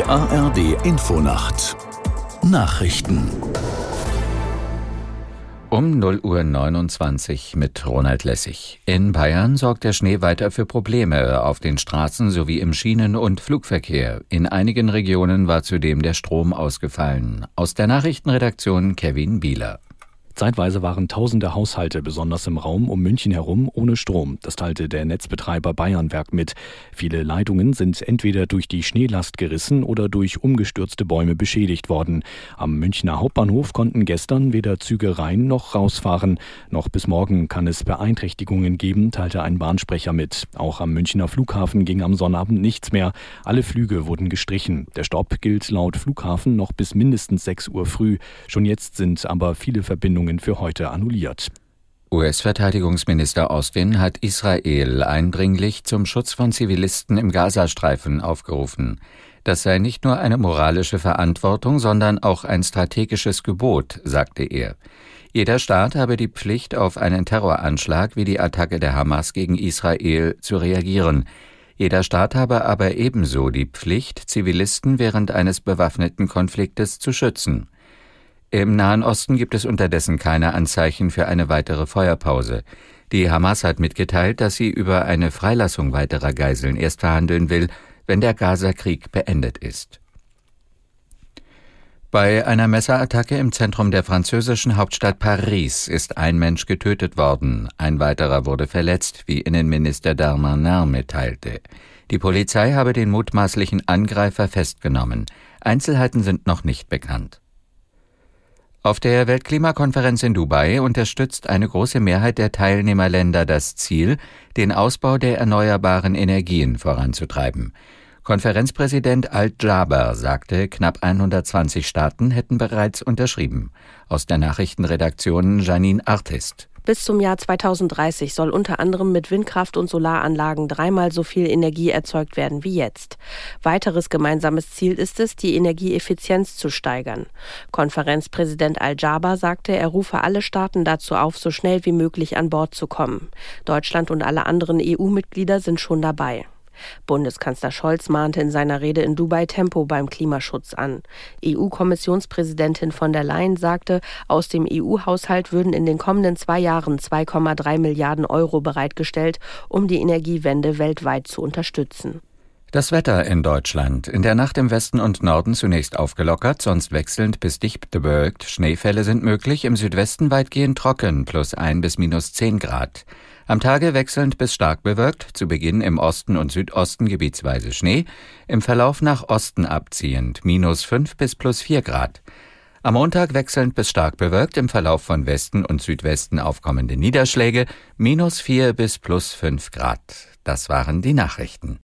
Die ARD Infonacht Nachrichten um 0:29 Uhr mit Ronald Lessig. In Bayern sorgt der Schnee weiter für Probleme auf den Straßen sowie im Schienen- und Flugverkehr. In einigen Regionen war zudem der Strom ausgefallen. Aus der Nachrichtenredaktion Kevin Bieler. Zeitweise waren tausende Haushalte, besonders im Raum um München herum, ohne Strom. Das teilte der Netzbetreiber Bayernwerk mit. Viele Leitungen sind entweder durch die Schneelast gerissen oder durch umgestürzte Bäume beschädigt worden. Am Münchner Hauptbahnhof konnten gestern weder Züge rein noch rausfahren. Noch bis morgen kann es Beeinträchtigungen geben, teilte ein Bahnsprecher mit. Auch am Münchner Flughafen ging am Sonnabend nichts mehr. Alle Flüge wurden gestrichen. Der Stopp gilt laut Flughafen noch bis mindestens 6 Uhr früh. Schon jetzt sind aber viele Verbindungen für heute annulliert. US-Verteidigungsminister Austin hat Israel eindringlich zum Schutz von Zivilisten im Gazastreifen aufgerufen. Das sei nicht nur eine moralische Verantwortung, sondern auch ein strategisches Gebot, sagte er. Jeder Staat habe die Pflicht, auf einen Terroranschlag wie die Attacke der Hamas gegen Israel zu reagieren. Jeder Staat habe aber ebenso die Pflicht, Zivilisten während eines bewaffneten Konfliktes zu schützen. Im Nahen Osten gibt es unterdessen keine Anzeichen für eine weitere Feuerpause. Die Hamas hat mitgeteilt, dass sie über eine Freilassung weiterer Geiseln erst verhandeln will, wenn der Gaza-Krieg beendet ist. Bei einer Messerattacke im Zentrum der französischen Hauptstadt Paris ist ein Mensch getötet worden. Ein weiterer wurde verletzt, wie Innenminister Darmanin mitteilte. Die Polizei habe den mutmaßlichen Angreifer festgenommen. Einzelheiten sind noch nicht bekannt. Auf der Weltklimakonferenz in Dubai unterstützt eine große Mehrheit der Teilnehmerländer das Ziel, den Ausbau der erneuerbaren Energien voranzutreiben. Konferenzpräsident Al-Jaber sagte, knapp 120 Staaten hätten bereits unterschrieben. Aus der Nachrichtenredaktion Janine Artist. Bis zum Jahr 2030 soll unter anderem mit Windkraft- und Solaranlagen 3-mal so viel Energie erzeugt werden wie jetzt. Weiteres gemeinsames Ziel ist es, die Energieeffizienz zu steigern. Konferenzpräsident Al-Jaber sagte, er rufe alle Staaten dazu auf, so schnell wie möglich an Bord zu kommen. Deutschland und alle anderen EU-Mitglieder sind schon dabei. Bundeskanzler Scholz mahnte in seiner Rede in Dubai Tempo beim Klimaschutz an. EU-Kommissionspräsidentin von der Leyen sagte, aus dem EU-Haushalt würden in den kommenden 2 Jahren 2,3 Milliarden Euro bereitgestellt, um die Energiewende weltweit zu unterstützen. Das Wetter in Deutschland. In der Nacht im Westen und Norden zunächst aufgelockert, sonst wechselnd bis dicht bewölkt. Schneefälle sind möglich, im Südwesten weitgehend trocken, +1 bis -10 Grad. Am Tage wechselnd bis stark bewölkt, zu Beginn im Osten und Südosten gebietsweise Schnee, im Verlauf nach Osten abziehend, -5 bis +4 Grad. Am Montag wechselnd bis stark bewölkt, im Verlauf von Westen und Südwesten aufkommende Niederschläge, -4 bis +5 Grad. Das waren die Nachrichten.